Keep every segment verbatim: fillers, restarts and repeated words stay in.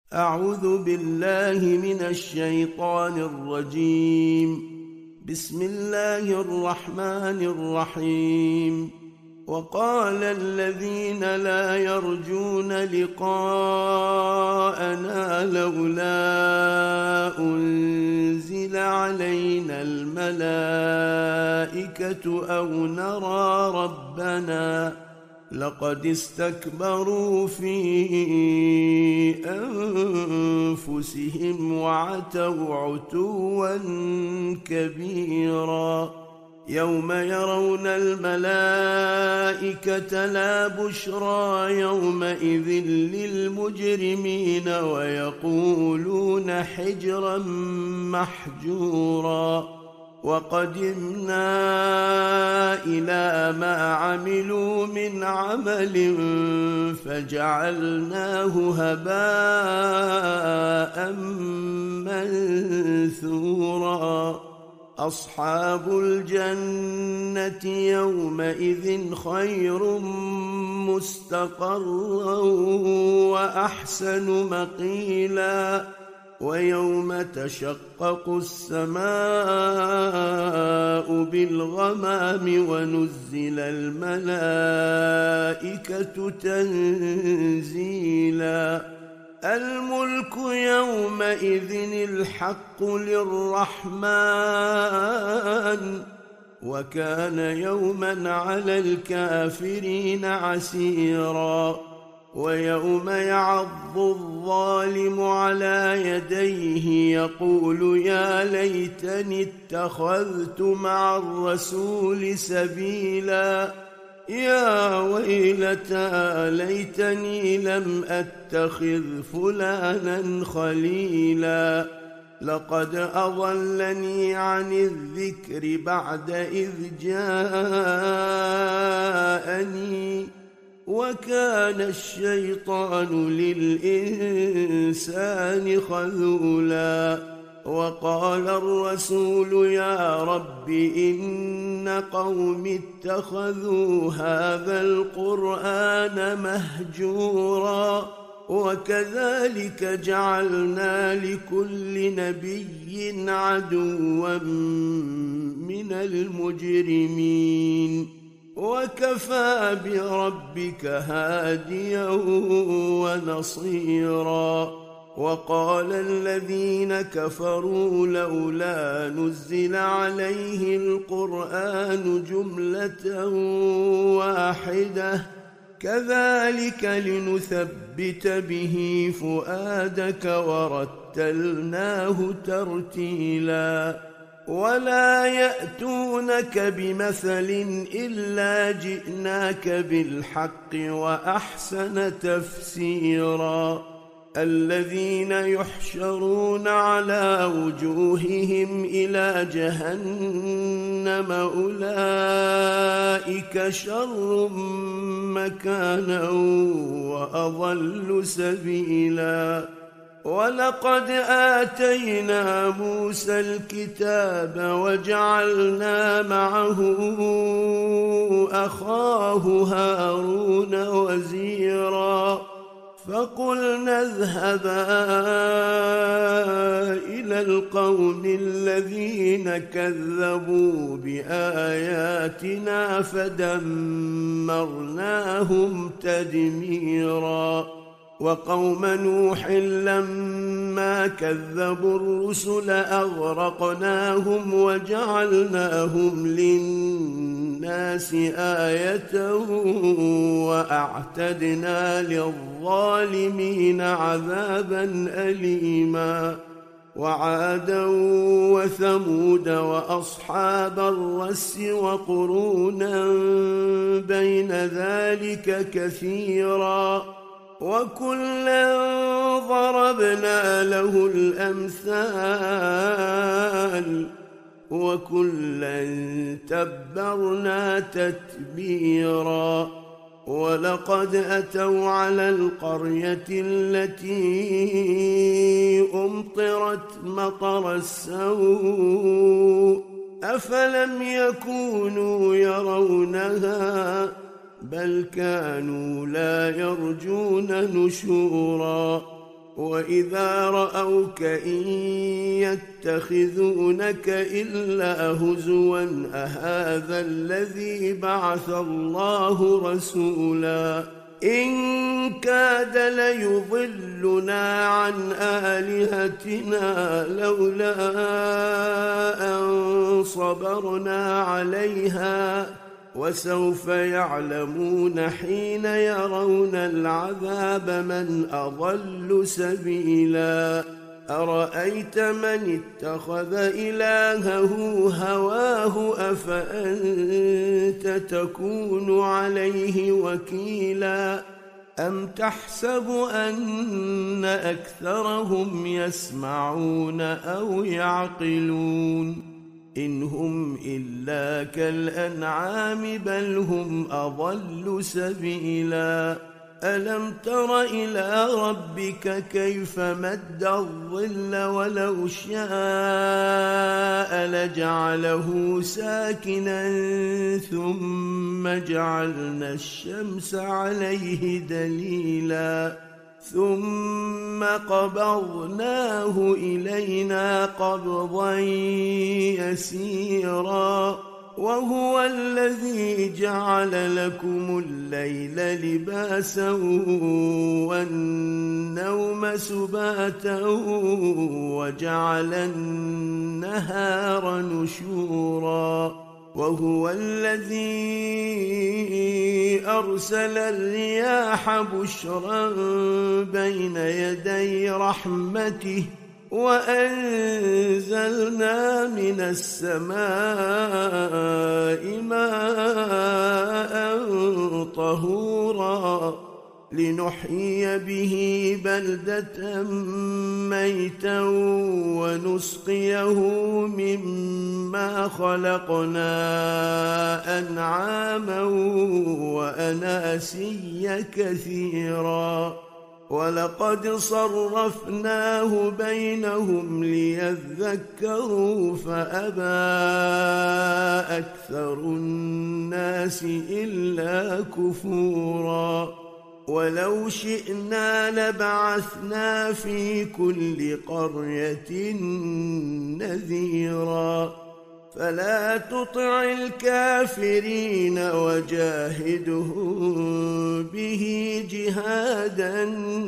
أعوذ بالله من الشيطان الرجيم. بسم الله الرحمن الرحيم. وقال الذين لا يرجون لقاءنا لولا أنزل علينا الملائكة أو نرى ربنا لقد استكبروا في أنفسهم وعتوا عتوا كبيرا. يوم يرون الملائكة لا بشرى يومئذ للمجرمين ويقولون حجرا محجورا. وقدمنا إلى ما عملوا من عمل فجعلناه هباء منثورا. أصحاب الجنة يومئذ خير مستقرا وأحسن مقيلا. ويوم تشقق السماء بالغمام ونزل الملائكة تنزيلا. الملك يومئذ الحق للرحمن وكان يوما على الكافرين عسيرا. ويوم يعض الظالم على يديه يقول يا ليتني اتخذت مع الرسول سبيلا. يا ويلتى ليتني لم أتخذ فلانا خليلا. لقد أضلني عن الذكر بعد إذ جاءني وكان الشيطان للإنسان خذولا. وقال الرسول يا رب إن قوم اتخذوا هذا القرآن مهجورا. وكذلك جعلنا لكل نبي عدوا من المجرمين وكفى بربك هاديا ونصيرا. وقال الذين كفروا لولا نزل عليه القرآن جملة واحدة كذلك لنثبت به فؤادك ورتلناه ترتيلا. ولا يأتونك بمثل إلا جئناك بالحق وأحسن تفسيرا. الذين يحشرون على وجوههم إلى جهنم أولئك شر مكانا وأضل سبيلا. ولقد آتينا موسى الكتاب وجعلنا معه أخاه هارون وزيرا. فقلنا اذهبا إلى القوم الذين كذبوا بآياتنا فدمرناهم تدميرا. وقوم نوح لما كذبوا الرسل أغرقناهم وجعلناهم للناس آية وأعتدنا للظالمين عذابا أليما. وعادا وثمود وأصحاب الرس وقرونا بين ذلك كثيرا. وكلا ضربنا له الأمثال وكلا تبرنا تتبيرا. ولقد أتوا على القرية التي أمطرت مطر السوء أفلم يكونوا يرونها بل كانوا لا يرجون نشورا. وإذا رأوك إن يتخذونك إلا هزوا أهذا الذي بعث الله رسولا إن كاد ليضلنا عن آلهتنا لولا أن صبرنا عليها وسوف يعلمون حين يرون العذاب من أضل سبيلا أرأيت من اتخذ إلهه هواه أفأنت تكون عليه وكيلا أم تحسب أن أكثرهم يسمعون أو يعقلون إن هم إلا كالأنعام بل هم أضل سبيلا ألم تر إلى ربك كيف مد الظل ولو شاء لجعله ساكنا ثم جعلنا الشمس عليه دليلا ثم قبضناه إلينا قبضا يسيرا وهو الذي جعل لكم الليل لباسا والنوم سباتا وجعل النهار نشورا وهو الذي أرسل الرياح بشرا بين يدي رحمته وأنزلنا من السماء ماء طهورا لنحيي به بلدة ميتا ونسقيه مما خلقنا أنعاما وأناسيا كثيرا ولقد صرفناه بينهم ليذكروا فأبى أكثر الناس إلا كفورا ولو شئنا لبعثنا في كل قرية نذيرا فلا تطع الكافرين وجاهدهم به جهادا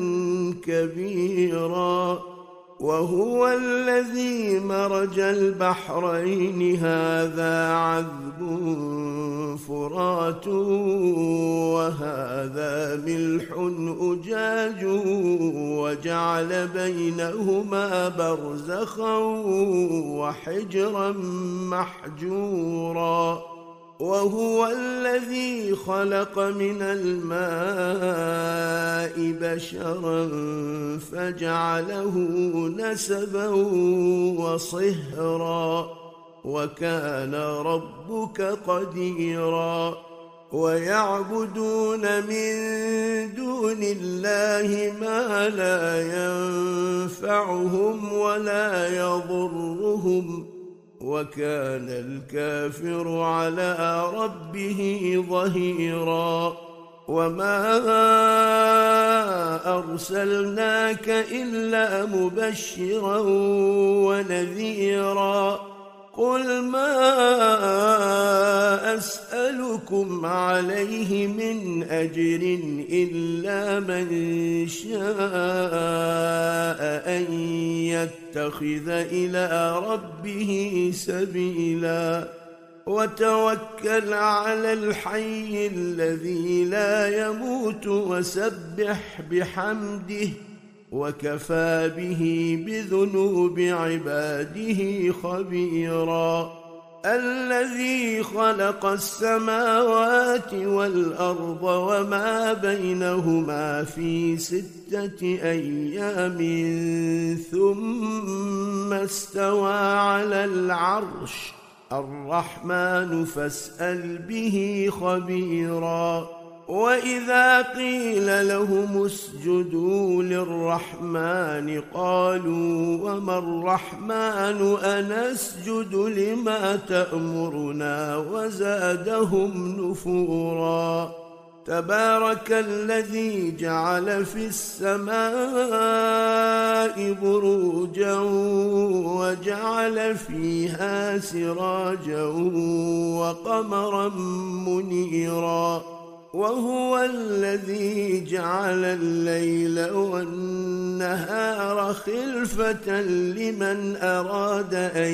كبيرا وهو الذي مرج البحرين هذا عذب فرات وهذا ملح أجاج وجعل بينهما برزخا وحجرا محجورا وهو الذي خلق من الماء بشرا فجعله نسبا وصهرا وكان ربك قديرا ويعبدون من دون الله ما لا ينفعهم ولا يضرهم وكان الكافر على ربه ظهيرا وما أرسلناك إلا مبشرا ونذيرا قل ما أسألكم عليه من أجر إلا من شاء أن يتخذ إلى ربه سبيلا وتوكل على الحي الذي لا يموت وسبح بحمده وكفى به بذنوب عباده خبيرا الذي خلق السماوات والأرض وما بينهما في ستة أيام ثم استوى على العرش الرحمن فاسأل به خبيرا وإذا قيل لهم اسجدوا للرحمن قالوا وما الرحمن أنسجد لما تأمرنا وزادهم نفورا تبارك الذي جعل في السماء بروجا وجعل فيها سراجا وقمرا منيرا وهو الذي جعل الليل والنهار خلفة لمن أراد أن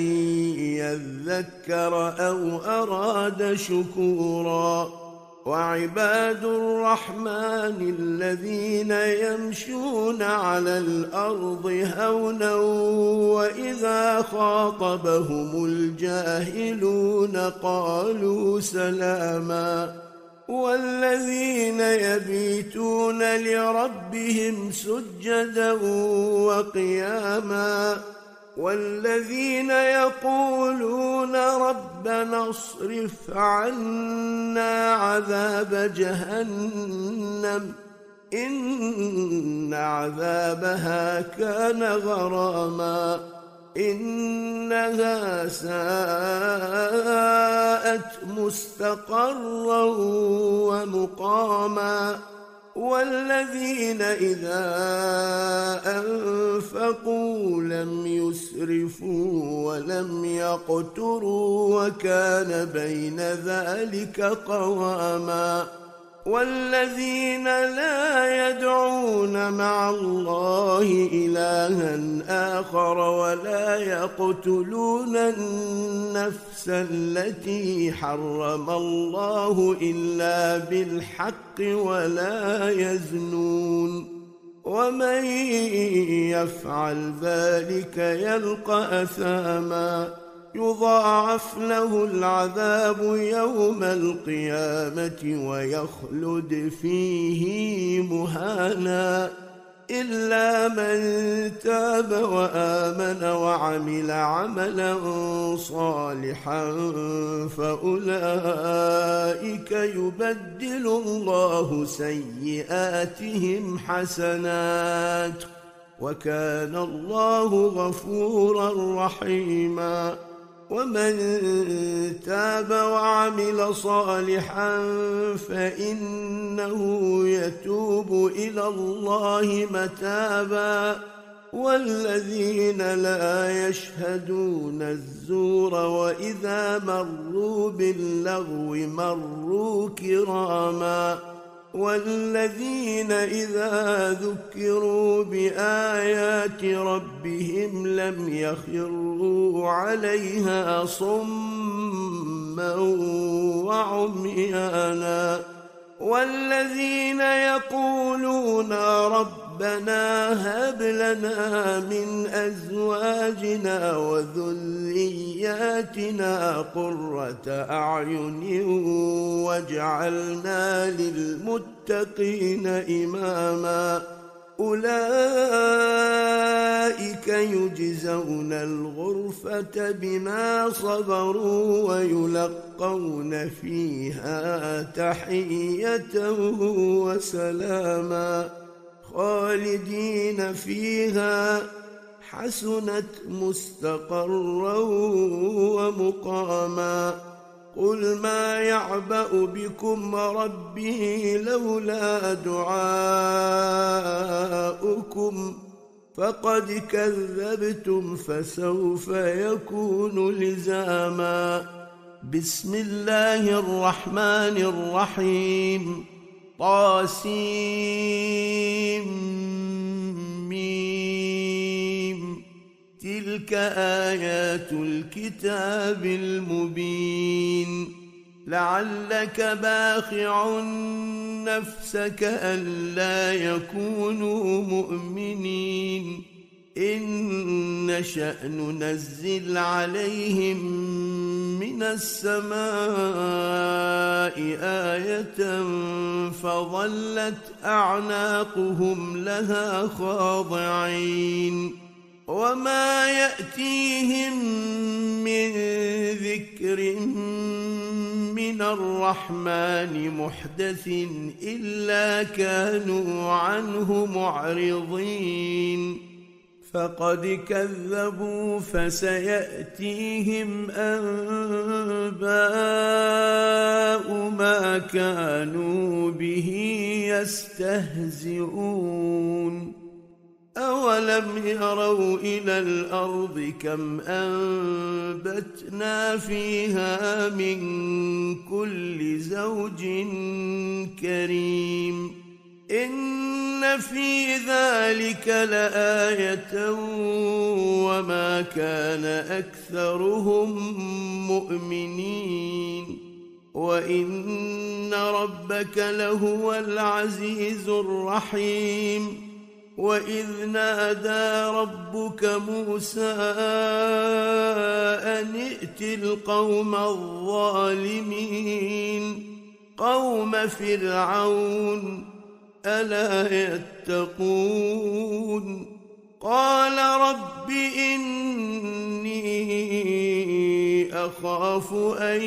يذكر أو أراد شكورا وعباد الرحمن الذين يمشون على الأرض هونا وإذا خاطبهم الجاهلون قالوا سلاما والذين يبيتون لربهم سجدا وقياما والذين يقولون ربنا اصرف عنا عذاب جهنم إن عذابها كان غراما إنها ساءت مستقرا ومقاما والذين إذا أنفقوا لم يسرفوا ولم يقتروا وكان بين ذلك قواما والذين لا يدعون مع الله إلها آخر ولا يقتلون النفس التي حرم الله إلا بالحق ولا يزنون ومن يفعل ذلك يلقى أثاما يضاعف له العذاب يوم القيامة ويخلد فيه مهانا إلا من تاب وآمن وعمل عملا صالحا فأولئك يبدل الله سيئاتهم حسنات وكان الله غفورا رحيما ومن تاب وعمل صالحا فإنه يتوب إلى الله متابا والذين لا يشهدون الزور وإذا مروا باللغو مروا كراما والذين إذا ذكروا بآيات ربهم لم يخروا عليها صما وعميانا والذين يقولون ربنا هب لنا من أزواجنا وذرياتنا قرة أعين واجعلنا للمتقين إماما أولئك يجزون الغرفة بما صبروا ويلقون فيها تحية وسلاما خالدين فيها حسنت مستقرا ومقاما قل ما يعبأ بكم ربي لولا دعاؤكم فقد كذبتم فسوف يكون لزاما بسم الله الرحمن الرحيم طاسيم تلك آيات الكتاب المبين لعلك باخع نفسك ألا يكونوا مؤمنين إن نشأ ننزل عليهم من السماء آية فظلت أعناقهم لها خاضعين وما يأتيهم من ذكر من الرحمن محدث إلا كانوا عنه معرضين فقد كذبوا فسيأتيهم أنباء ما كانوا به يستهزئون أولم يروا إلى الأرض كم أنبتنا فيها من كل زوج كريم إن في ذلك لآية وما كان أكثرهم مؤمنين وإن ربك لهو العزيز الرحيم وإذ نادى ربك موسى أن ائت القوم الظالمين قوم فرعون ألا يتقون قال رب إني أخاف أن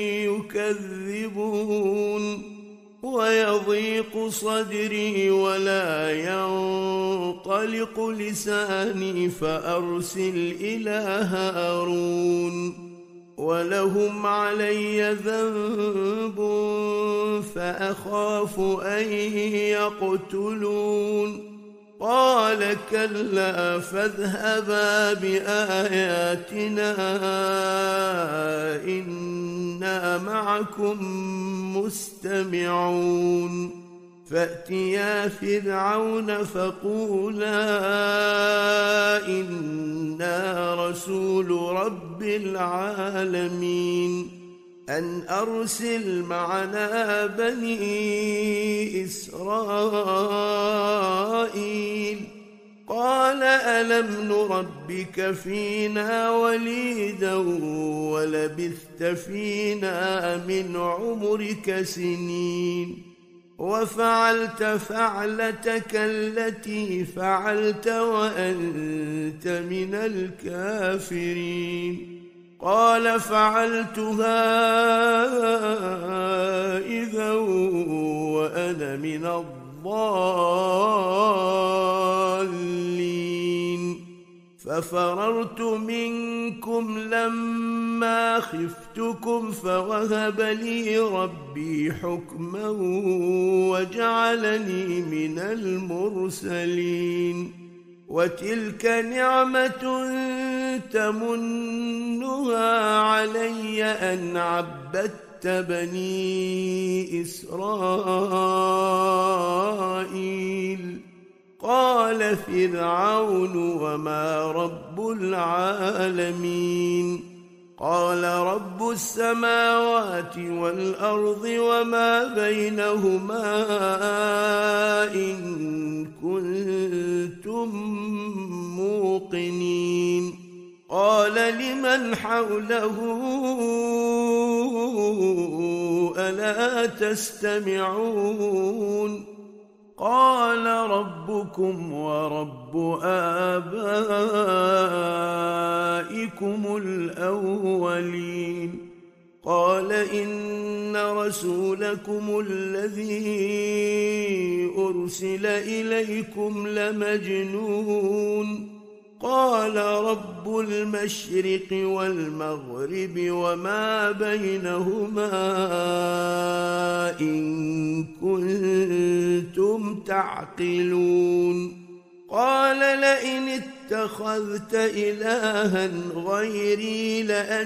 يكذبون ويضيق صدري ولا ينطلق لساني فأرسل إلى هارون ولهم علي ذنب فأخاف أن يقتلون قال كلا فاذهبا بآياتنا إنا معكم مستمعون فأتيا فرعون فقولا إنا رسول رب العالمين أن أرسل معنا بني إسرائيل قال ألم نربك فينا وليدا ولبثت فينا من عمرك سنين وفعلت فعلتك التي فعلت وأنت من الكافرين قال فعلتها إذا وأنا من الضالين ففررت منكم لما خفتكم فوهب لي ربي حكما وجعلني من المرسلين وتلك نعمة تمنها علي أن عبدت بني إسرائيل قال فرعون وما رب العالمين قال رب السماوات والأرض وما بينهما إن كنتم موقنين قال لمن حوله ألا تستمعون قال ربكم ورب آبائكم الأولين قال إن رسولكم الذي أرسل إليكم لمجنون قال رب المشرق والمغرب وما بينهما إن كنتم تعقلون قال لئن اتخذت إلها غيري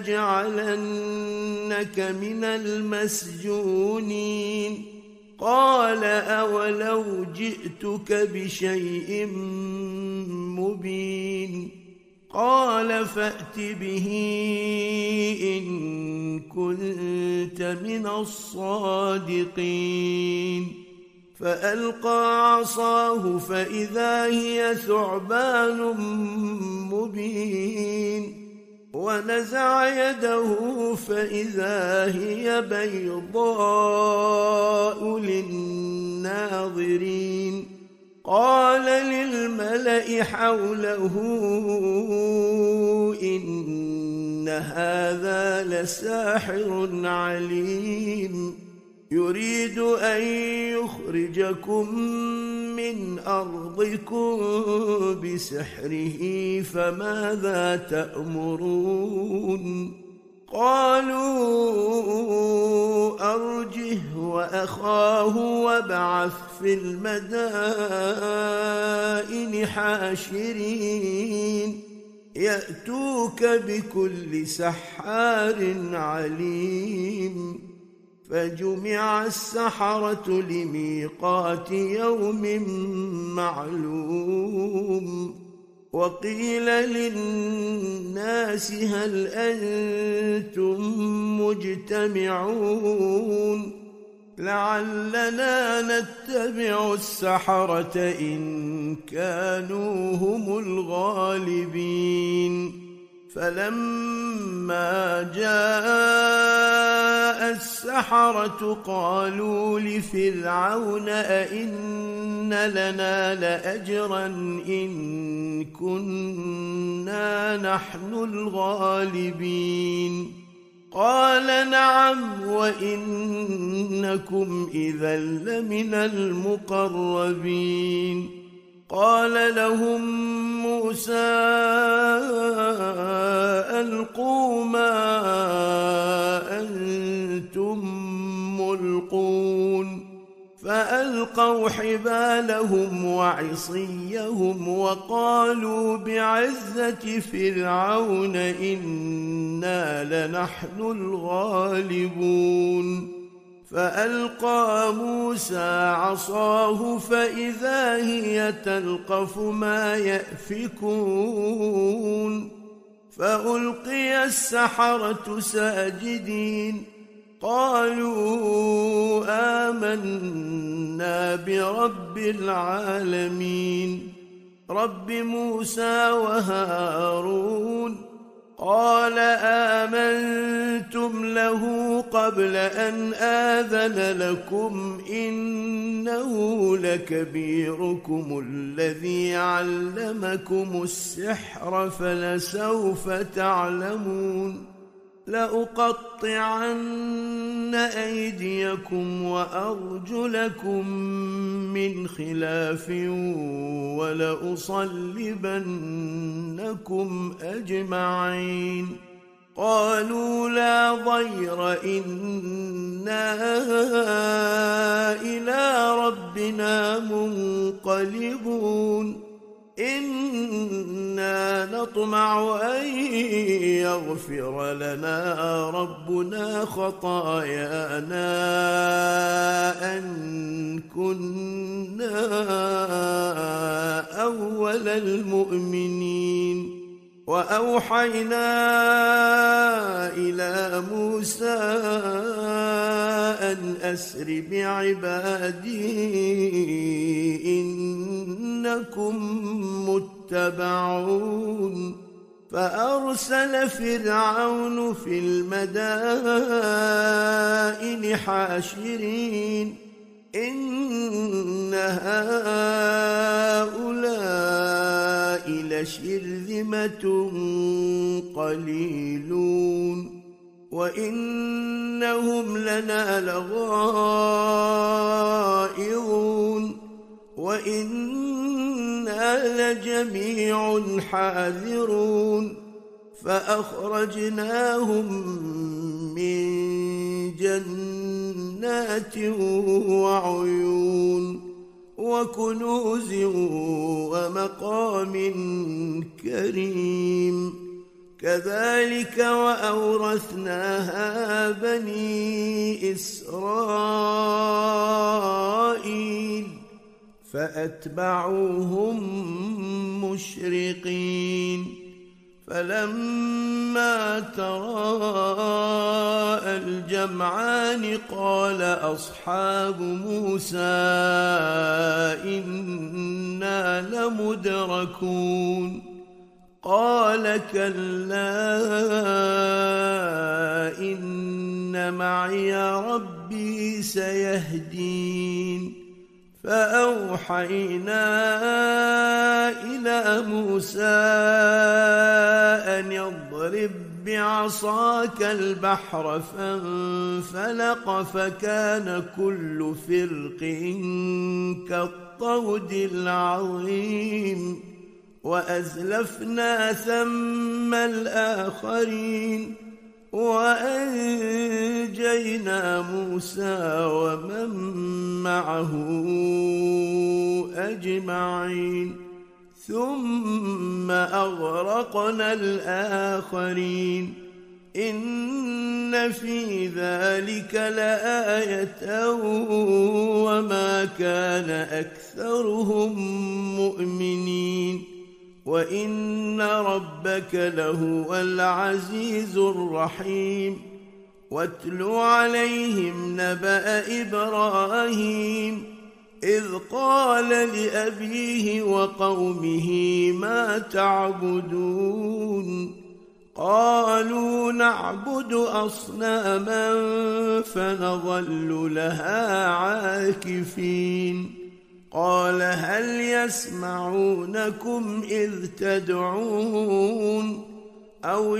لأجعلنك من المسجونين قال أولو جئتك بشيء مبين قال فأت به إن كنت من الصادقين فألقى عصاه فإذا هي ثعبان مبين ونزع يده فإذا هي بيضاء للناظرين قال للملأ حوله إن هذا لساحر عليم يريد أن يخرجكم من أرضكم بسحره فماذا تأمرون قالوا أرجه وأخاه وابعث في المدائن حاشرين يأتوك بكل سحار عليم فجمع السحرة لميقات يوم معلوم وقيل للناس هل أنتم مجتمعون لعلنا نتبع السحرة إن كانوا هم الغالبين فلما جاء السحرة قالوا لفرعون أئن لنا لأجرا إن كنا نحن الغالبين قال نعم وإنكم إذا لمن المقربين قال لهم موسى ألقوا ما أنتم ملقون فألقوا حبالهم وعصيهم وقالوا بعزة فرعون إنا لنحن الغالبون فألقى موسى عصاه فإذا هي تلقف ما يأفكون فألقي السحرة ساجدين قالوا آمنا برب العالمين رب موسى وهارون قال آمنتم له قبل أن آذن لكم إنه لكبيركم الذي علمكم السحر فلسوف تعلمون لأقطعن أيديكم وأرجلكم من خلاف ولأصلبنكم أجمعين قالوا لا ضير إنا إلى ربنا منقلبون إنا نطمع أن يغفر لنا ربنا خطايانا أن كنا أول المؤمنين وأوحينا إلى موسى أن أسر بعبادي إنكم متبعون فأرسل فرعون في المدائن حاشرين إن هؤلاء لشرذمة قليلون وإنهم لنا لغائظون وإنا لجميع حاذرون فأخرجناهم من جنات وعيون وكنوز ومقام كريم كذلك وأورثناها بني إسرائيل فأتبعوهم مشرقين فلما تراءى الجمعان قال أصحاب موسى إنا لمدركون قال كلا إن معي ربي سيهدين فأوحينا إلى موسى أن يضرب بعصاك البحر فانفلق فكان كل فرق كالطود العظيم وأزلفنا ثم الآخرين وأنجينا موسى ومن معه أجمعين ثم أغرقنا الآخرين إن في ذلك لآية وما كان أكثرهم مؤمنين وإن ربك لهو العزيز الرحيم واتل عليهم نبأ إبراهيم إذ قال لأبيه وقومه ما تعبدون قالوا نعبد أصناما فنظل لها عاكفين قال هل يسمعونكم إذ تدعون أو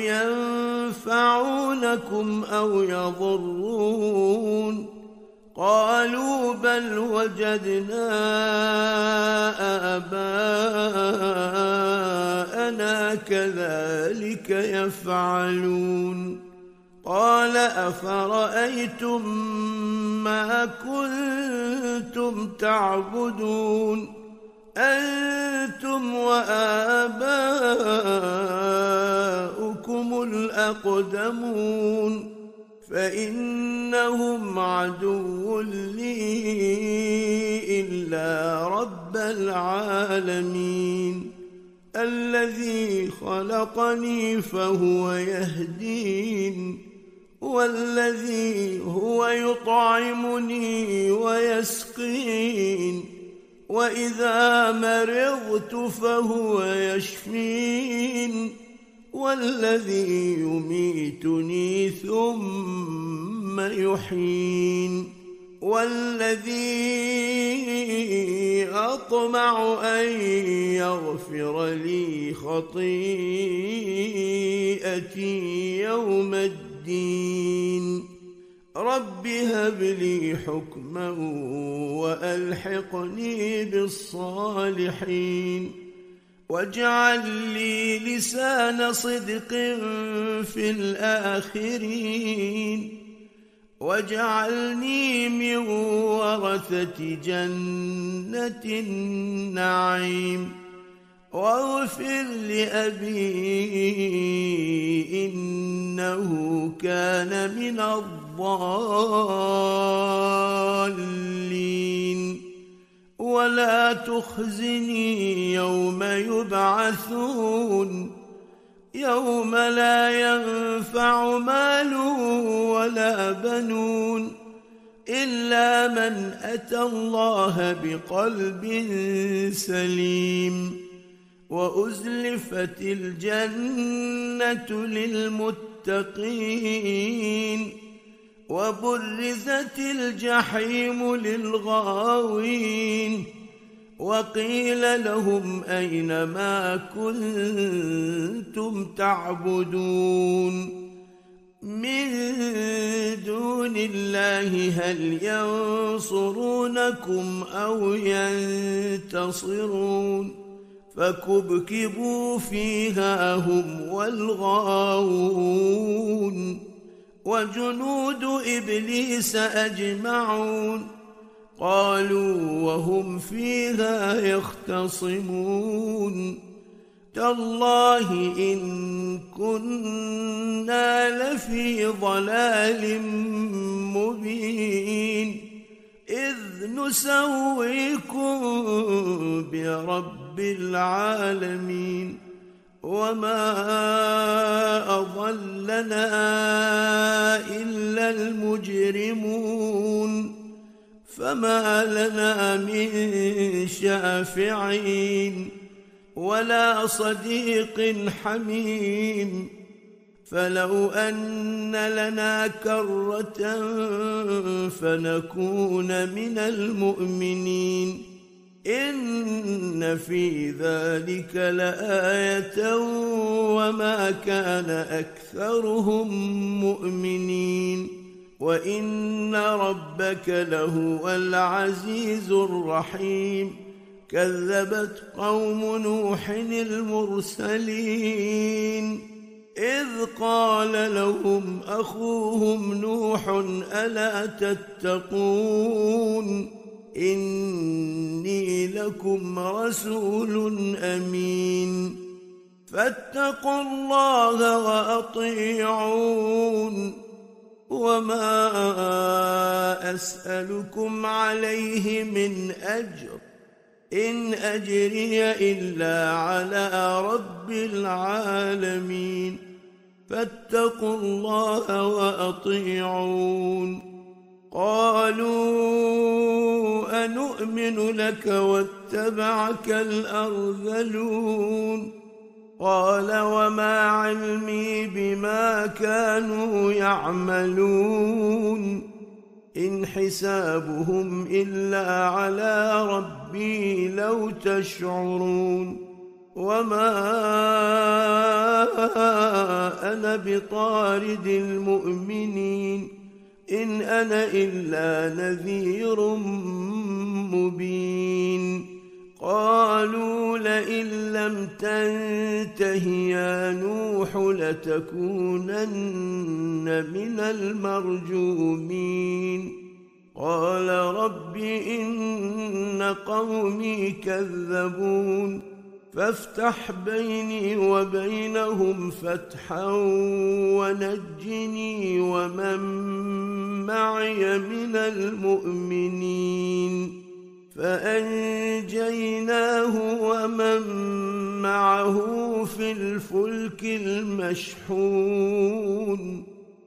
ينفعونكم أو يضرون قالوا بل وجدنا آباءنا كذلك يفعلون قال أفرأيتم ما كنتم تعبدون أنتم وآباؤكم الأقدمون فإنهم عدو لي إلا رب العالمين الذي خلقني فهو يهدين والذي هو يطعمني ويسقين وإذا مرضت فهو يشفين والذي يميتني ثم يحيين والذي أطمع أن يغفر لي خطيئتي يوم الدين رب هب لي حكما وألحقني بالصالحين واجعل لي لسان صدق في الآخرين واجعلني من ورثة جنة النعيم واغفر لأبي إنه كان من الضالين ولا تخزني يوم يبعثون يوم لا ينفع مال ولا بنون إلا من أتى الله بقلب سليم وأزلفت الجنة للمتقين وبرزت الجحيم للغاوين وقيل لهم أين ما كنتم تعبدون من دون الله هل ينصرونكم أو ينتصرون فكبكبوا فيها هم والغاوون وجنود إبليس أجمعون قالوا وهم فيها يختصمون تالله إن كنا لفي ضلال مبين إذ نسويكم برب العالمين وما أضلنا إلا المجرمون فما لنا من شافعين ولا صديق حميم فلو أن لنا كرة فنكون من المؤمنين إن في ذلك لآية وما كان أكثرهم مؤمنين وإن ربك لهو العزيز الرحيم كذبت قوم نوح المرسلين إذ قال لهم أخوهم نوح ألا تتقون إني لكم رسول أمين فاتقوا الله وأطيعون وما أسألكم عليه من أجر إن أجري إلا على رب العالمين فاتقوا الله وأطيعون قالوا أنؤمن لك واتبعك الأرذلون قال وما علمي بما كانوا يعملون إن حسابهم إلا على ربي لو تشعرون وما أنا بطارد المؤمنين إن أنا إلا نذير مبين قالوا لئن لم تنته يا نوح لتكونن من المرجومين قال رب إن قومي كذبون فافتح بيني وبينهم فتحا ونجني ومن معي من المؤمنين فأنجيناه ومن معه في الفلك المشحون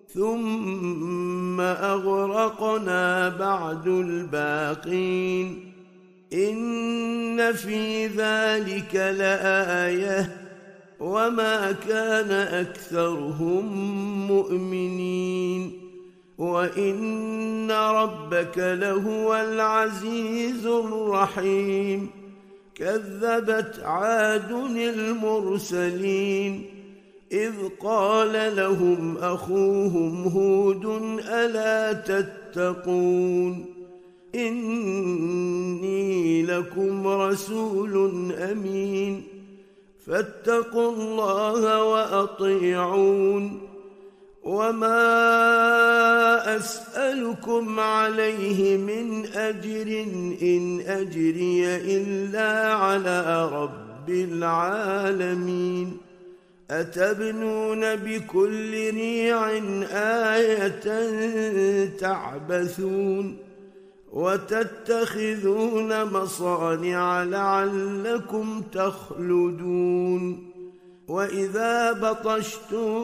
ثم أغرقنا بعد الباقين إن في ذلك لآية وما كان أكثرهم مؤمنين وإن ربك لهو العزيز الرحيم كذبت عاد المرسلين إذ قال لهم أخوهم هود ألا تتقون إني لكم رسول أمين فاتقوا الله وأطيعون وما أسألكم عليه من أجر إن أجري إلا على رب العالمين أتبنون بكل ريع آية تعبثون وتتخذون مصانع لعلكم تخلدون وإذا بطشتم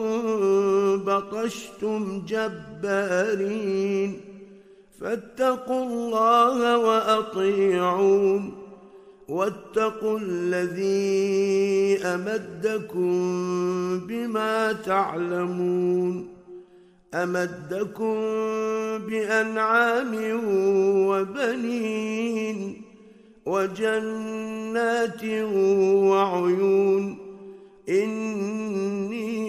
بطشتم جبارين فاتقوا الله وأطيعون واتقوا الذي أمدكم بما تعلمون أمدكم بأنعام وبنين وجنات وعيون إني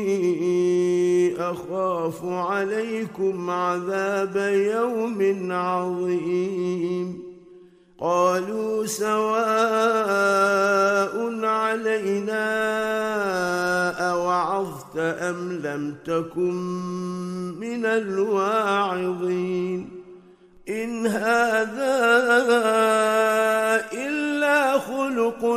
أخاف عليكم عذاب يوم عظيم قالوا سواء علينا أوعظت أم لم تكن من الواعظين إن هذا إلا خلق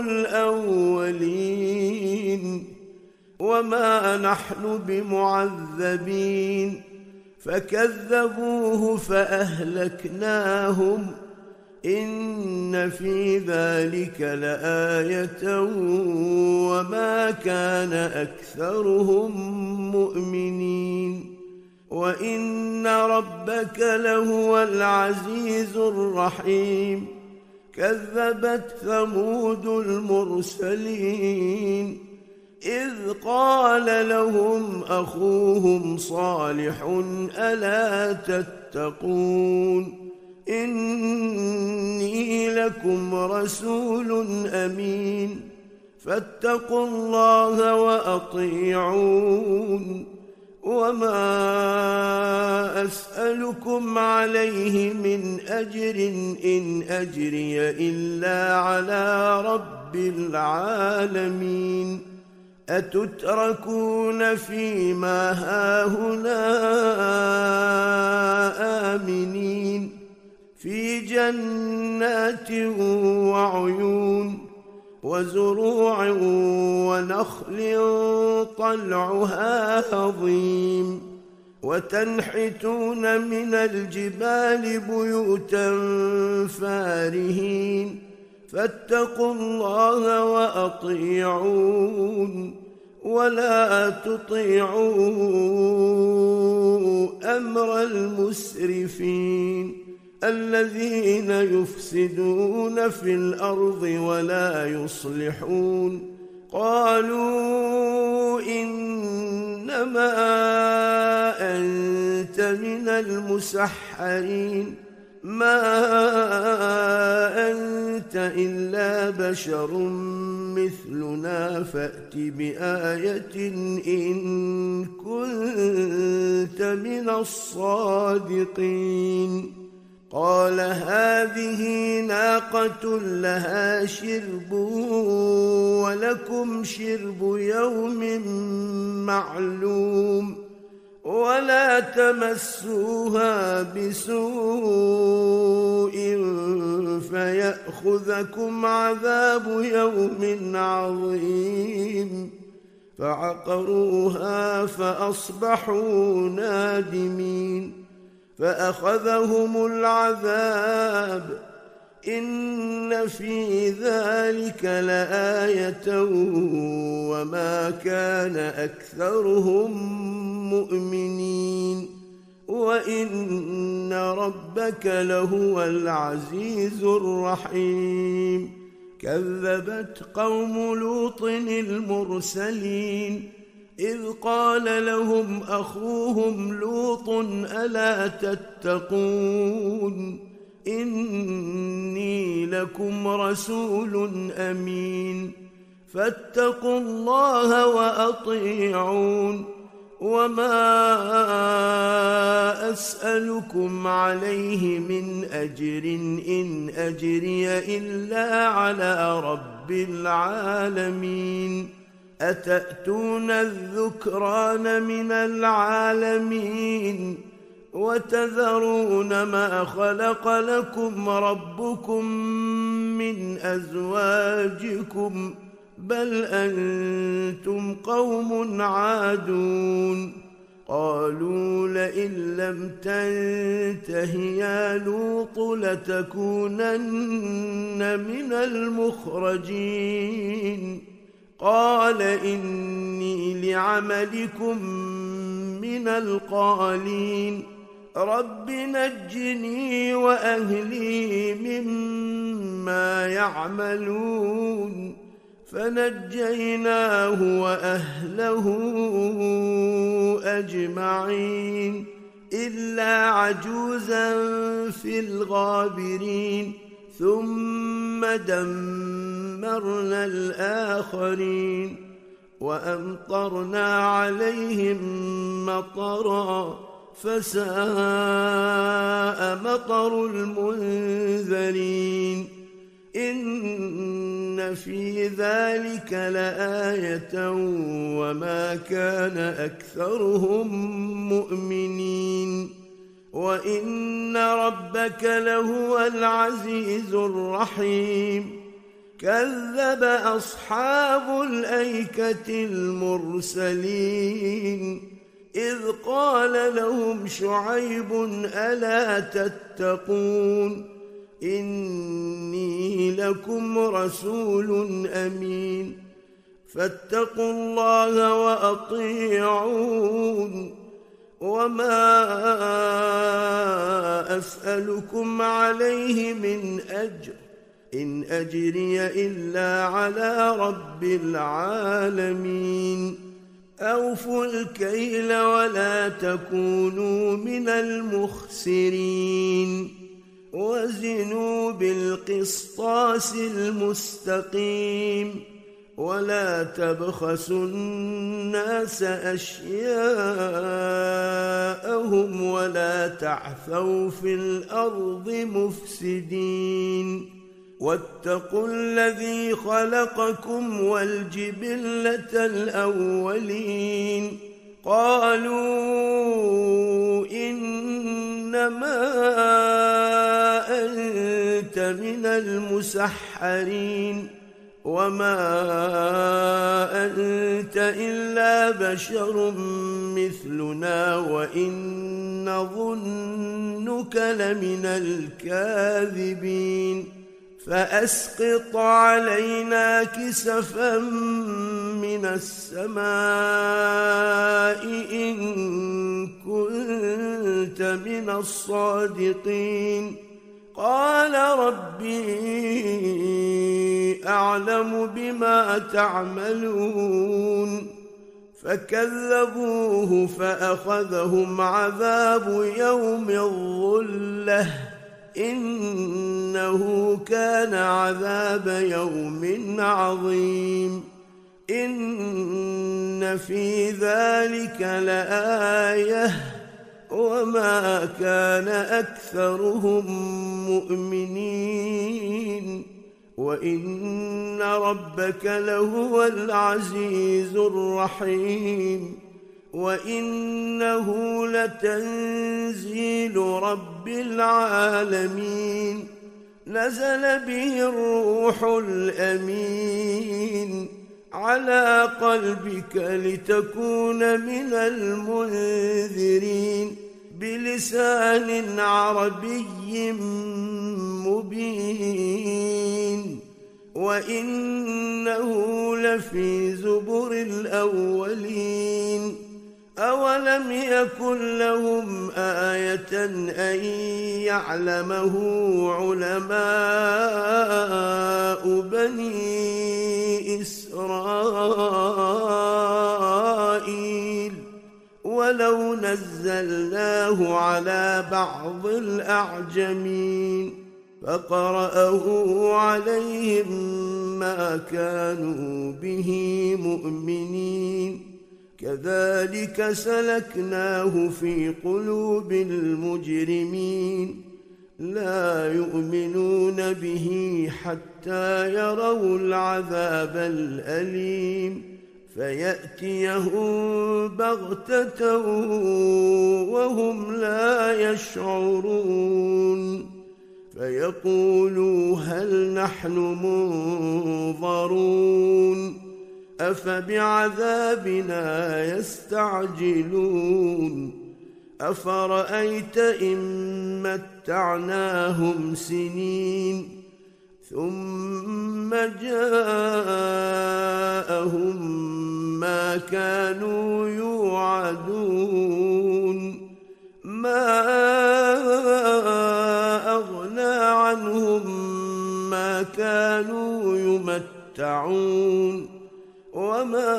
الأولين وما نحن بمعذبين فكذبوه فأهلكناهم إن في ذلك لآية وما كان أكثرهم مؤمنين وإن ربك لهو العزيز الرحيم كذبت ثمود المرسلين إذ قال لهم أخوهم صالح ألا تتقون إني لكم رسول أمين فاتقوا الله وأطيعون وما أسألكم عليه من أجر إن أجري إلا على رب العالمين أتتركون فيما هاهنا آمنين في جنات وعيون وزروع ونخل طلعها هضيم وتنحتون من الجبال بيوتا فارهين فاتقوا الله وأطيعون ولا تطيعوا أمر المسرفين الذين يفسدون في الأرض ولا يصلحون قالوا إنما أنت من المسحرين ما أنت إلا بشر مثلنا فأت بآية إن كنت من الصادقين قال هذه ناقة لها شرب ولكم شرب يوم معلوم ولا تمسوها بسوء فيأخذكم عذاب يوم عظيم فعقروها فأصبحوا نادمين فأخذهم العذاب إن في ذلك لآية وما كان أكثرهم مؤمنين وإن ربك لهو العزيز الرحيم كذبت قوم لوط المرسلين إذ قال لهم أخوهم لوط ألا تتقون إني لكم رسول أمين فاتقوا الله وأطيعون وما أسألكم عليه من أجر إن أجري إلا على رب العالمين أتأتون الذكران من العالمين وتذرون ما خلق لكم ربكم من أزواجكم بل أنتم قوم عادون قالوا لئن لم تنته يا لوط لتكونن من المخرجين قال إني لعملكم من القالين رب نجني وأهلي مما يعملون فنجيناه وأهله أجمعين إلا عجوزا في الغابرين ثم دمرنا الآخرين وأمطرنا عليهم مطرا فساء مطر المنذرين إن في ذلك لآية وما كان أكثرهم مؤمنين وإن ربك لهو العزيز الرحيم كذب أصحاب الأيكة المرسلين إذ قال لهم شعيب ألا تتقون إني لكم رسول أمين فاتقوا الله وأطيعون وما أسألكم عليه من أجر إن أجري إلا على رب العالمين أوفوا الكيل ولا تكونوا من المخسرين وزنوا بالقسطاس المستقيم ولا تبخسوا الناس أشياءهم ولا تعثوا في الأرض مفسدين واتقوا الذي خلقكم والجبلة الأولين قالوا إنما أنت من المسحرين وما أنت إلا بشر مثلنا وإن نظنك لمن الكاذبين فأسقط علينا كسفا من السماء إن كنت من الصادقين قال ربي أعلم بما تعملون فكذبوه فأخذهم عذاب يوم الظلة إنه كان عذاب يوم عظيم إن في ذلك لآية وما كان أكثرهم مؤمنين وإن ربك لهو العزيز الرحيم وإنه لتنزيل رب العالمين نزل به الروح الأمين على قلبك لتكون من المنذرين بلسان عربي مبين وإنه لفي زبر الأولين أولم يكن لهم آية أن يعلمه علماء بني إسرائيل ولو نزلناه على بعض الأعجمين فقرأه عليهم ما كانوا به مؤمنين كذلك سلكناه في قلوب المجرمين لا يؤمنون به حتى يروا العذاب الأليم فيأتيهم بغتة وهم لا يشعرون فيقولوا هل نحن منظرون أفبعذابنا يستعجلون أفرأيت إن متعناهم سنين ثم جاءهم ما كانوا يوعدون ما أغنى عنهم ما كانوا يمتعون وما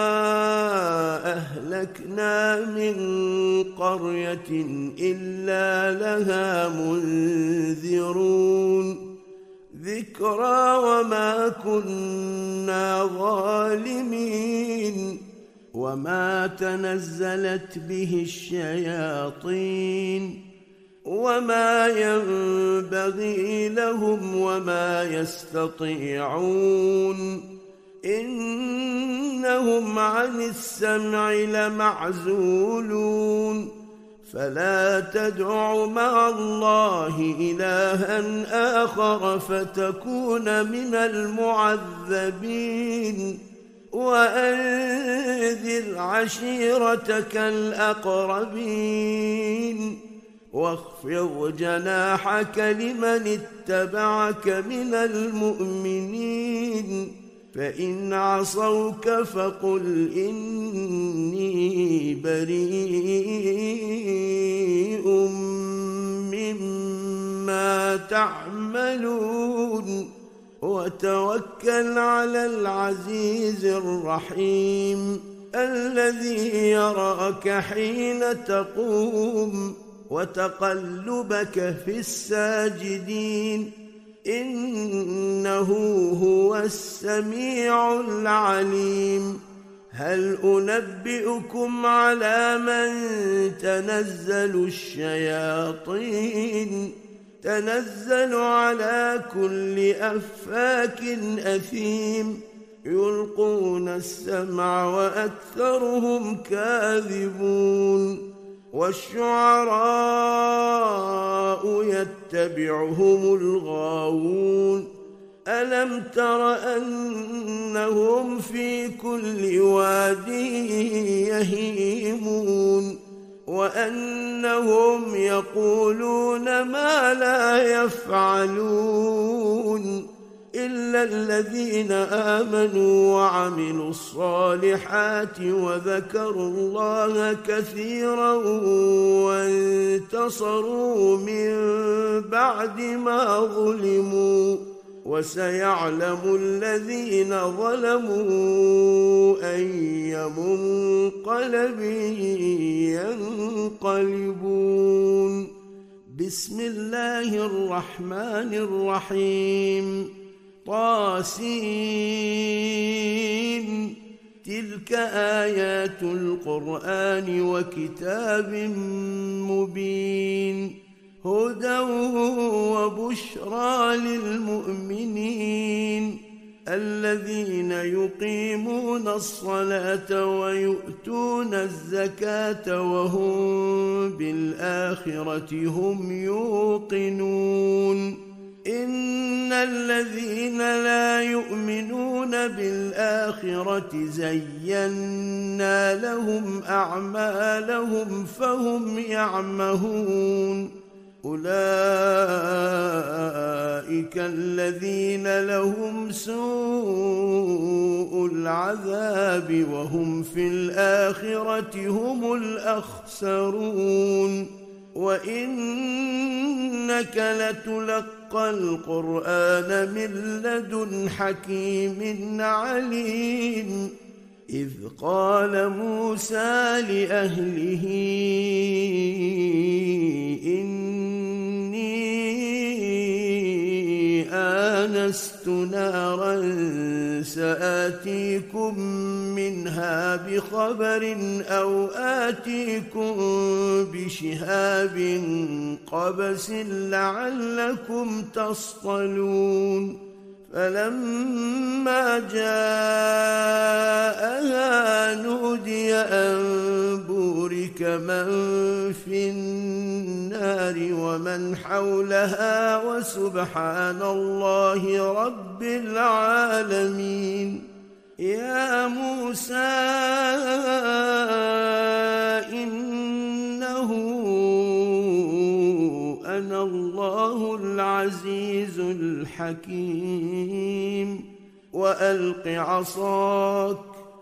أهلكنا من قرية إلا لها منذرون ذكرى وما كنا ظالمين وما تنزلت به الشياطين وما ينبغي لهم وما يستطيعون إنهم عن السمع لمعزولون فلا تدع مع الله إلها آخر فتكون من المعذبين وأنذر عشيرتك الأقربين واخفض جناحك لمن اتبعك من المؤمنين فإن عصوك فقل إني بريء مما تعملون وتوكل على العزيز الرحيم الذي يراك حين تقوم وتقلبك في الساجدين إنه هو السميع العليم هل أنبئكم على من تنزل الشياطين تنزل على كل أفاك أثيم يلقون السمع وأكثرهم كاذبون والشعراء يتبعهم الغاوون ألم تر أنهم في كل واد يهيمون وأنهم يقولون ما لا يفعلون إلا الذين آمنوا وعملوا الصالحات وذكروا الله كثيرا وانتصروا من بعد ما ظلموا وسيعلم الذين ظلموا أي منقلب ينقلبون بسم الله الرحمن الرحيم طاسين تلك آيات القرآن وكتاب مبين هدى وبشرى للمؤمنين الذين يقيمون الصلاة ويؤتون الزكاة وهم بالآخرة هم يوقنون إن الذين لا يؤمنون بالآخرة زينا لهم أعمالهم فهم يعمهون أولئك الذين لهم سوء العذاب وهم في الآخرة هم الأخسرون وإنك لتلقى القرآن من لدن حكيم عليم إذ قال موسى لأهله إني آنست نارا سآتيكم منها بخبر أو آتيكم بشهاب قبس لعلكم تصطلون فلما جاءها نودي أن بورك من في النار ومن حولها وسبحان الله رب العالمين يا موسى إنه أنا الله العزيز الحكيم وألق عصاك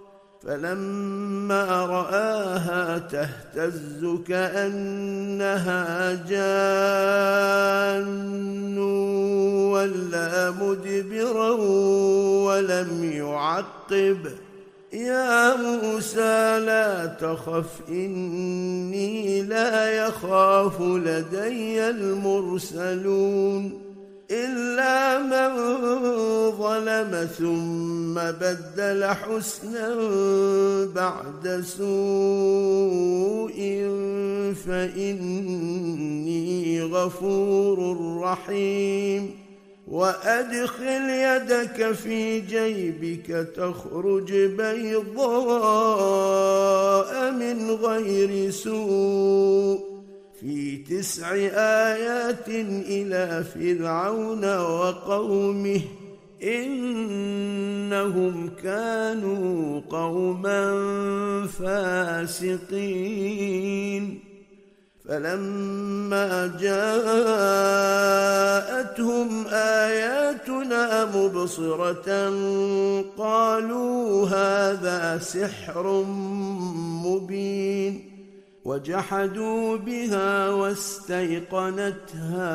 فلما رآها تهتز كأنها جان ولا مدبرا ولم يعقب يا موسى لا تخف إني لا يخاف لدي المرسلون إلا من ظلم ثم بدل حسنا بعد سوء فإني غفور رحيم وأدخل يدك في جيبك تخرج بيضاء من غير سوء في تسع آيات إلى فرعون وقومه إنهم كانوا قوما فاسقين فلما جاءتهم آياتنا مبصرة قالوا هذا سحر مبين وجحدوا بها واستيقنتها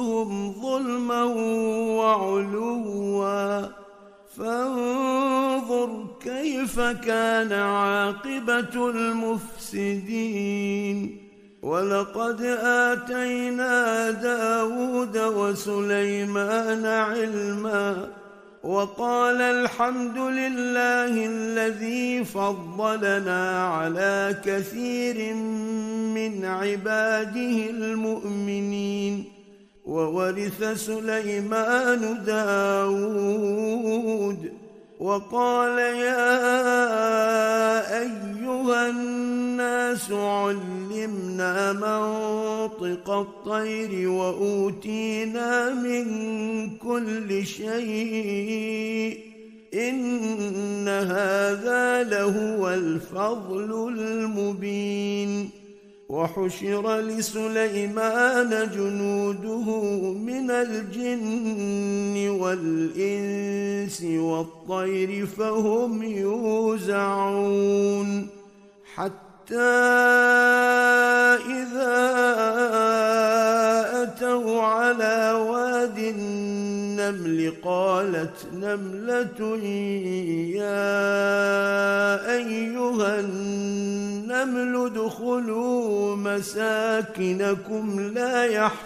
أنفسهم ظلما وعلوا فانظر فانظر كيف كان عاقبة المفسدين ولقد آتينا داود وسليمان علما وقال الحمد لله الذي فضلنا على كثير من عباده المؤمنين وورث سليمان داود وقال يا أيها الناس علمنا منطق الطير وأوتينا من كل شيء إن هذا لهو الفضل المبين وحشر لسليمان جنوده من الجن والإنس والطير فهم يوزعون حتى إذا أتوا على واد النمل قالت نملة يا أيها النمل ادخلوا مساكنكم لا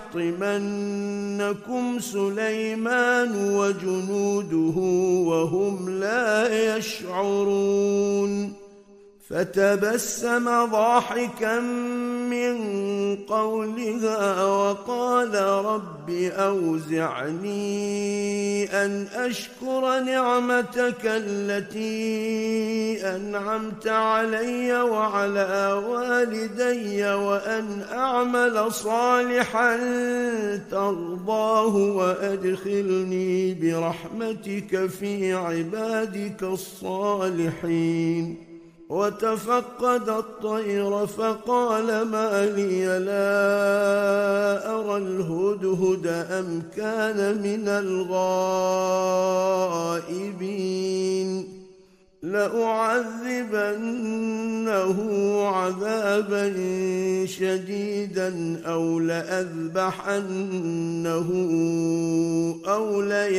يحطمنكم سليمان وجنوده وهم لا يشعرون فتبسم ضاحكا من قولها وقال رب أوزعني أن أشكر نعمتك التي أنعمت علي وعلى والدي وأن أعمل صالحا ترضاه وأدخلني برحمتك في عبادك الصالحين وتفقد الطير فقال ما لي لا أرى الهدهد أم كان من الغائبين لأعذبنه عذابا شديدا أو لأذبحنه أو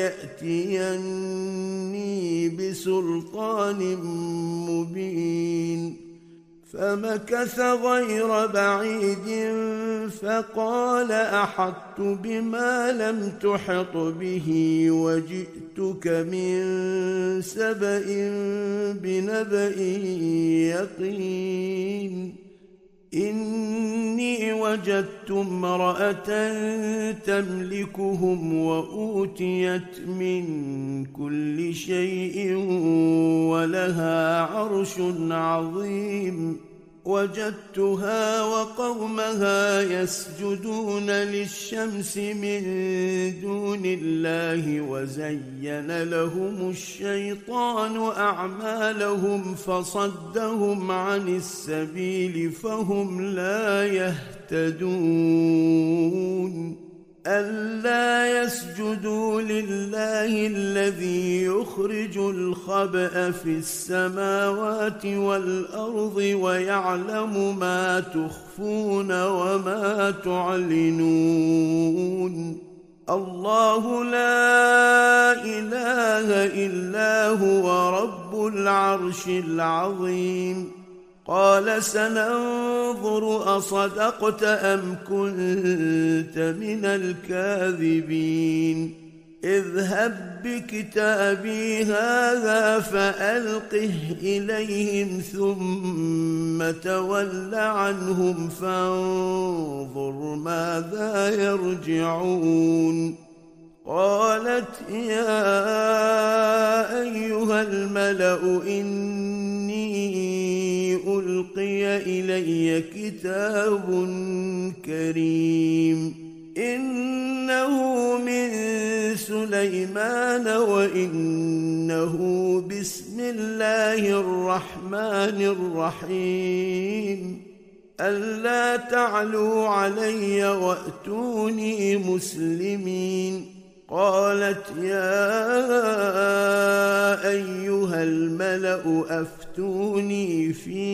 ليأتيني بسلطان مبين فمكث غير بعيد فقال أحطت بما لم تحط به وجئتك من سبأ بنبأ يقين إني وجدت امرأة تملكهم وأوتيت من كل شيء ولها عرش عظيم وجدتها وقومها يسجدون للشمس من دون الله وزين لهم الشيطان أعمالهم فصدهم عن السبيل فهم لا يهتدون ألا يسجدوا لله الذي يخرج الخبأ في السماوات والأرض ويعلم ما تخفون وما تعلنون الله لا إله إلا هو رب العرش العظيم قال سننظر أصدقت أم كنت من الكاذبين اذهب بكتابي هذا فألقه إليهم ثم تول عنهم فانظر ماذا يرجعون قالت يا أيها الملأ إني ألقي إلي كتاب كريم إنه من سليمان وإنه بسم الله الرحمن الرحيم ألا تعلوا علي وأتوني مسلمين قالت يا أيها الملأ أفتوني في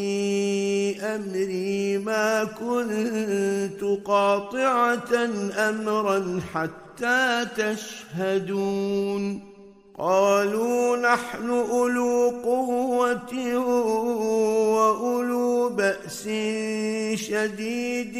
أمري ما كنت قاطعة أمرا حتى تشهدون قالوا نحن أولو قوة وأولو بأس شديد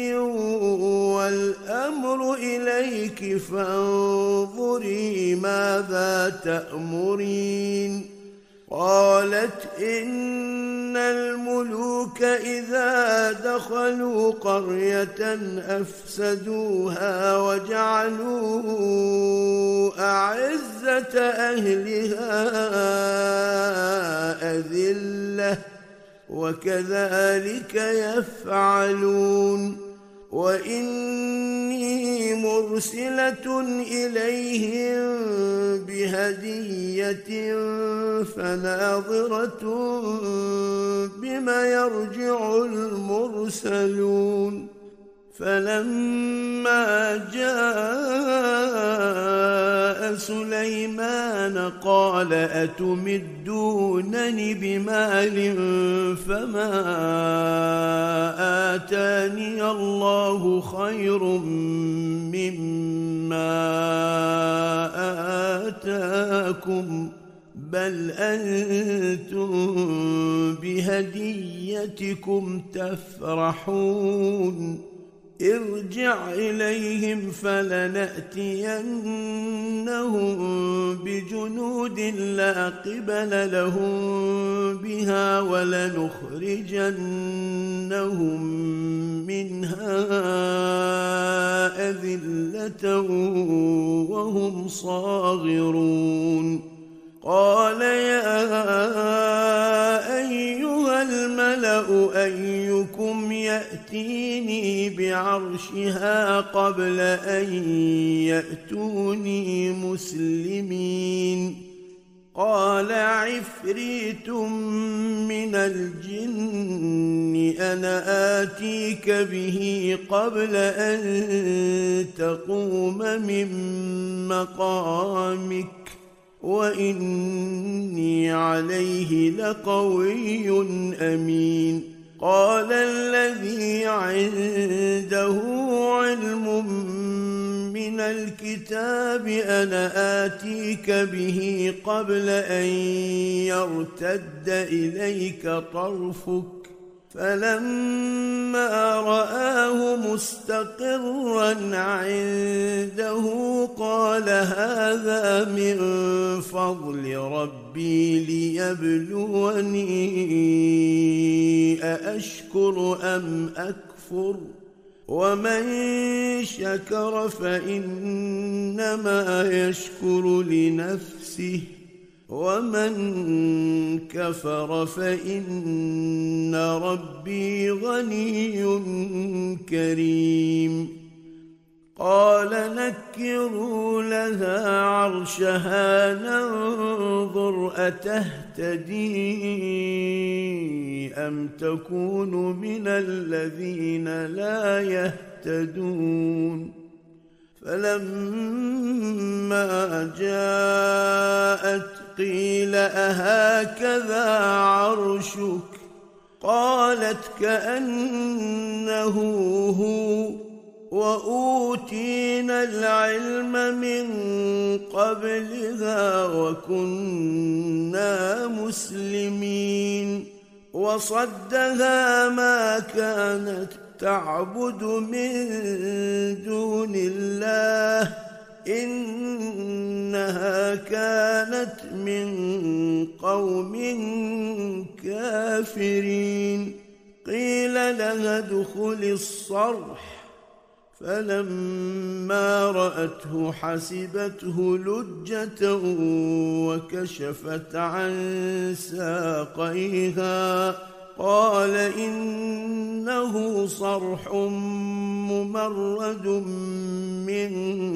والأمر إليك فانظري ماذا تأمرين. قالت إن الملوك إذا دخلوا قرية أفسدوها وجعلوا أعزة أهلها أذلة وكذلك يفعلون. وإني مرسلة إليهم بهدية فناظرة بما يرجع المرسلون. فلما جاء سليمان قال أتمدونني بمال فما آتاني الله خير مما آتاكم بل أنتم بهديتكم تفرحون. ارجع إليهم فلنأتينهم بجنود لا قبل لهم بها ولنخرجنهم منها أذلة وهم صاغرون. قال يا أيها الملأ أيكم يأتيني بعرشها قبل أن يأتوني مسلمين. قال عفريت من الجن أنا آتيك به قبل أن تقوم من مقامك وإني عليه لقوي أمين. قال الذي عنده علم من الكتاب أنا آتيك به قبل أن يرتد إليك طرفك فلما رآه مستقرا عنده قال هذا من فضل ربي ليبلوني أأشكر أم أكفر ومن شكر فإنما يشكر لنفسه ومن كفر فإن ربي غني كريم. قال نكروا لها عرشها ننظر أتهتدي أم تكون من الذين لا يهتدون. فلما جاءت قيل أهكذا عرشك قالت كأنه هو وأوتينا العلم من قبلها وكنا مسلمين. وصدها ما كانت تعبد من دون الله إنها كانت من قوم كافرين. قيل لها ادخل الصرح فلما رأته حسبته لجة وكشفت عن ساقيها قال إنه صرح ممرد من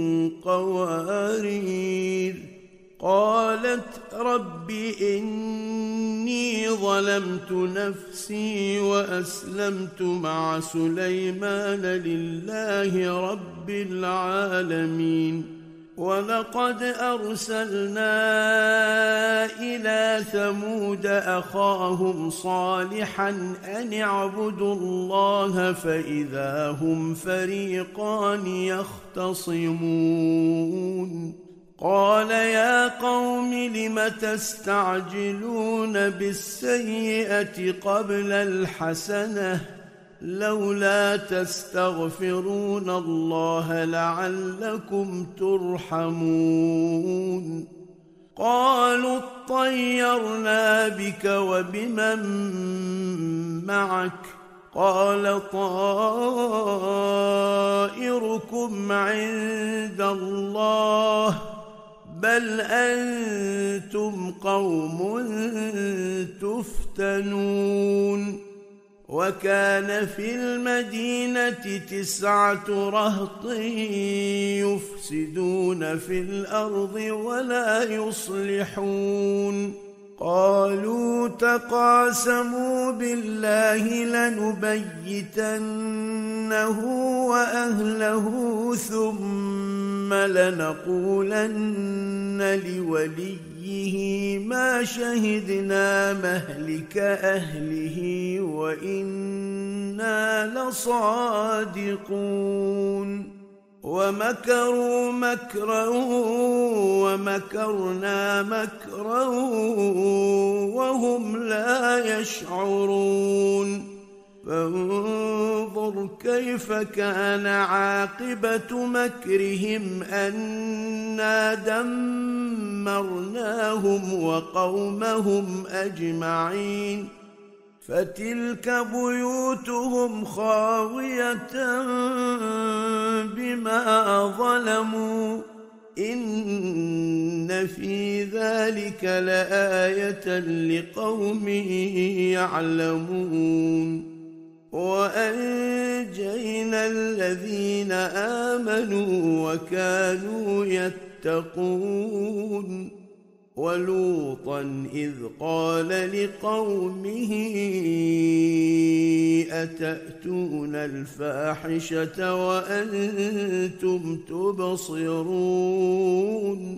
قوارير. قالت رب إني ظلمت نفسي وأسلمت مع سليمان لله رب العالمين. ولقد أرسلنا إلى ثمود أخاهم صالحا أن اعبدوا الله فإذا هم فريقان يختصمون. قال يا قوم لم تستعجلون بالسيئة قبل الحسنة لولا تستغفرون الله لعلكم ترحمون قالوا اطيرنا بك وبمن معك قال طائركم عند الله بل أنتم قوم تفتنون وكان في المدينة تسعة رهط يفسدون في الأرض ولا يصلحون قالوا تقاسموا بالله لنبيتنه وأهله ثم لنقولن لوليه ما شهدنا مهلك أهله وإنا لصادقون ومكروا مكرا ومكرنا مكرا وهم لا يشعرون فانظر كيف كان عاقبة مكرهم أنا دمرناهم وقومهم أجمعين فتلك بيوتهم خاوية بما ظلموا إن في ذلك لآية لقوم يعلمون وأنجينا الذين آمنوا وكانوا يتقون ولوطا إذ قال لقومه أتأتون الفاحشة وأنتم تبصرون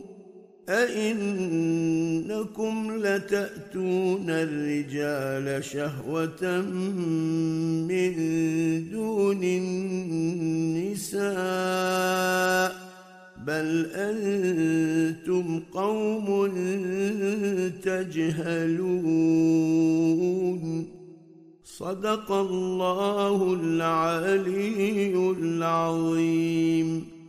أئنكم لتأتون الرجال شهوة من دون النساء بل أنتم قوم تجهلون صدق الله العلي العظيم.